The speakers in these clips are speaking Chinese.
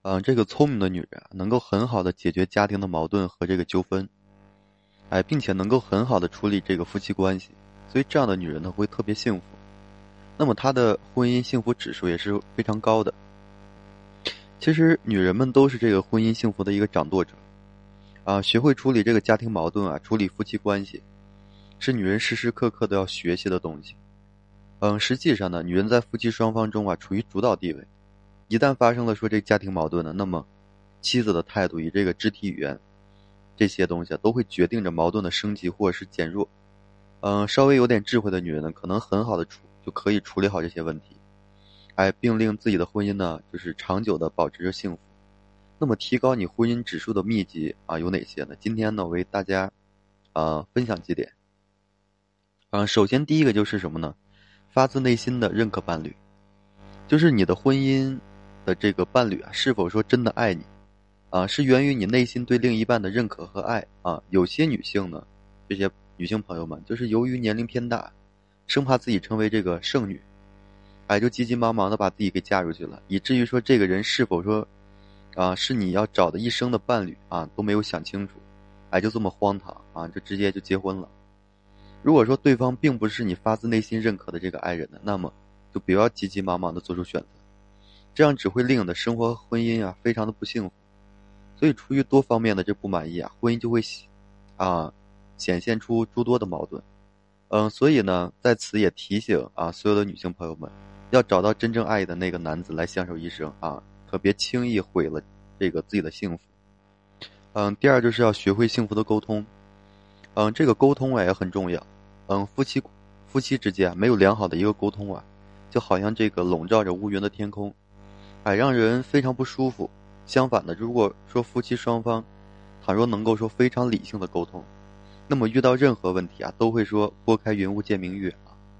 这个聪明的女人能够很好的解决家庭的矛盾和这个纠纷，并且能够很好的处理这个夫妻关系，所以这样的女人呢会特别幸福。那么她的婚姻幸福指数也是非常高的。其实女人们都是这个婚姻幸福的一个掌舵者学会处理这个家庭矛盾处理夫妻关系，是女人时时刻刻都要学习的东西。实际上呢，女人在夫妻双方中处于主导地位。一旦发生了说这个家庭矛盾呢，那么妻子的态度与这个肢体语言这些东西都会决定着矛盾的升级或者是减弱。稍微有点智慧的女人呢，可能很好的就可以处理好这些问题，并令自己的婚姻呢，就是长久的保持着幸福。那么提高你婚姻指数的秘籍有哪些呢？今天呢，我为大家分享几点。首先第一个就是什么呢？发自内心的认可伴侣，就是你的婚姻的这个伴侣是否说真的爱你是源于你内心对另一半的认可和爱有些女性呢，这些女性朋友们就是由于年龄偏大，生怕自己成为这个剩女，就急急忙忙的把自己给嫁出去了，以至于说这个人是否说是你要找的一生的伴侣都没有想清楚，就这么荒唐就直接就结婚了。如果说对方并不是你发自内心认可的这个爱人呢，那么就不要急急忙忙的做出选择，这样只会令你的生活和婚姻非常的不幸福。所以出于多方面的这不满意婚姻就会显现出诸多的矛盾。所以呢，在此也提醒所有的女性朋友们，要找到真正爱的那个男子来相守一生可别轻易毁了这个自己的幸福。第二就是要学会幸福的沟通。这个沟通也很重要。夫妻之间没有良好的一个沟通就好像这个笼罩着乌云的天空，让人非常不舒服。相反的，如果说夫妻双方倘若能够说非常理性的沟通，那么遇到任何问题都会说拨开云雾见明月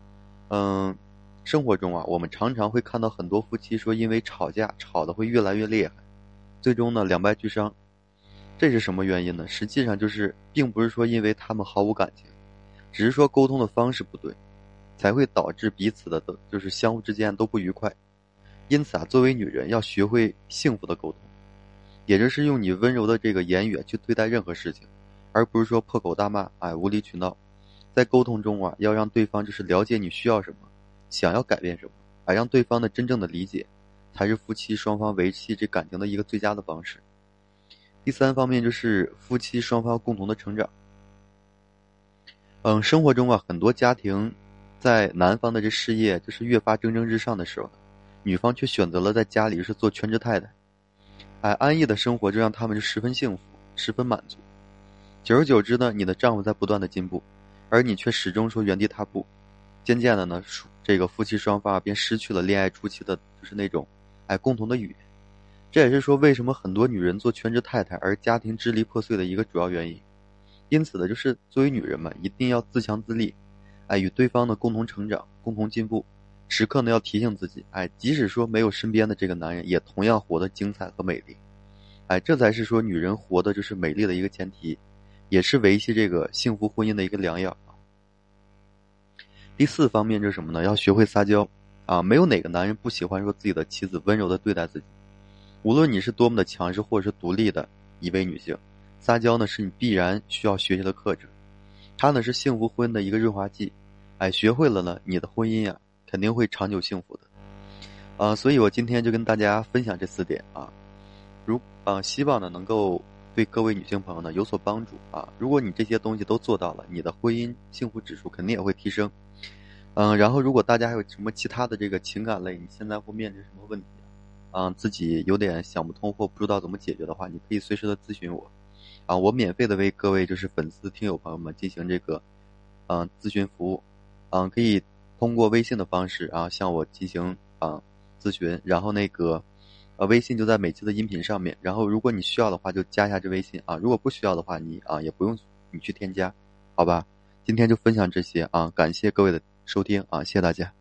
生活中我们常常会看到很多夫妻说因为吵架吵得会越来越厉害，最终呢两败俱伤。这是什么原因呢？实际上就是并不是说因为他们毫无感情，只是说沟通的方式不对，才会导致彼此的就是相互之间都不愉快。因此作为女人要学会幸福的沟通，也就是用你温柔的这个言语去对待任何事情，而不是说破口大骂无理取闹。在沟通中要让对方就是了解你需要什么，想要改变什么让对方的真正的理解，才是夫妻双方维系这感情的一个最佳的方式。第三方面就是夫妻双方共同的成长。生活中很多家庭在男方的这事业就是越发蒸蒸日上的时候，女方却选择了在家里是做全职太太，安逸的生活就让他们就十分幸福，十分满足。久而久之呢，你的丈夫在不断的进步，而你却始终说原地踏步。渐渐的呢，这个夫妻双方便失去了恋爱初期的就是那种共同的语言。这也是说为什么很多女人做全职太太而家庭支离破碎的一个主要原因。因此呢，就是作为女人们一定要自强自立，与对方的共同成长，共同进步。时刻呢要提醒自己，即使说没有身边的这个男人，也同样活得精彩和美丽。这才是说女人活的就是美丽的一个前提，也是维系这个幸福婚姻的一个良药。第四方面就是什么呢？要学会撒娇没有哪个男人不喜欢说自己的妻子温柔的对待自己。无论你是多么的强势或者是独立的一位女性，撒娇呢是你必然需要学习的课程，它呢是幸福婚姻的一个润滑剂。学会了呢，你的婚姻肯定会长久幸福的。所以我今天就跟大家分享这4点希望呢能够对各位女性朋友呢有所帮助如果你这些东西都做到了，你的婚姻幸福指数肯定也会提升。然后如果大家还有什么其他的这个情感类，你现在会面临什么问题自己有点想不通或不知道怎么解决的话，你可以随时的咨询我我免费的为各位就是粉丝听友朋友们进行这个咨询服务可以通过微信的方式向我进行咨询，然后那个微信就在每期的音频上面，然后如果你需要的话就加一下这微信如果不需要的话你也不用你去添加，好吧？今天就分享这些感谢各位的收听谢谢大家。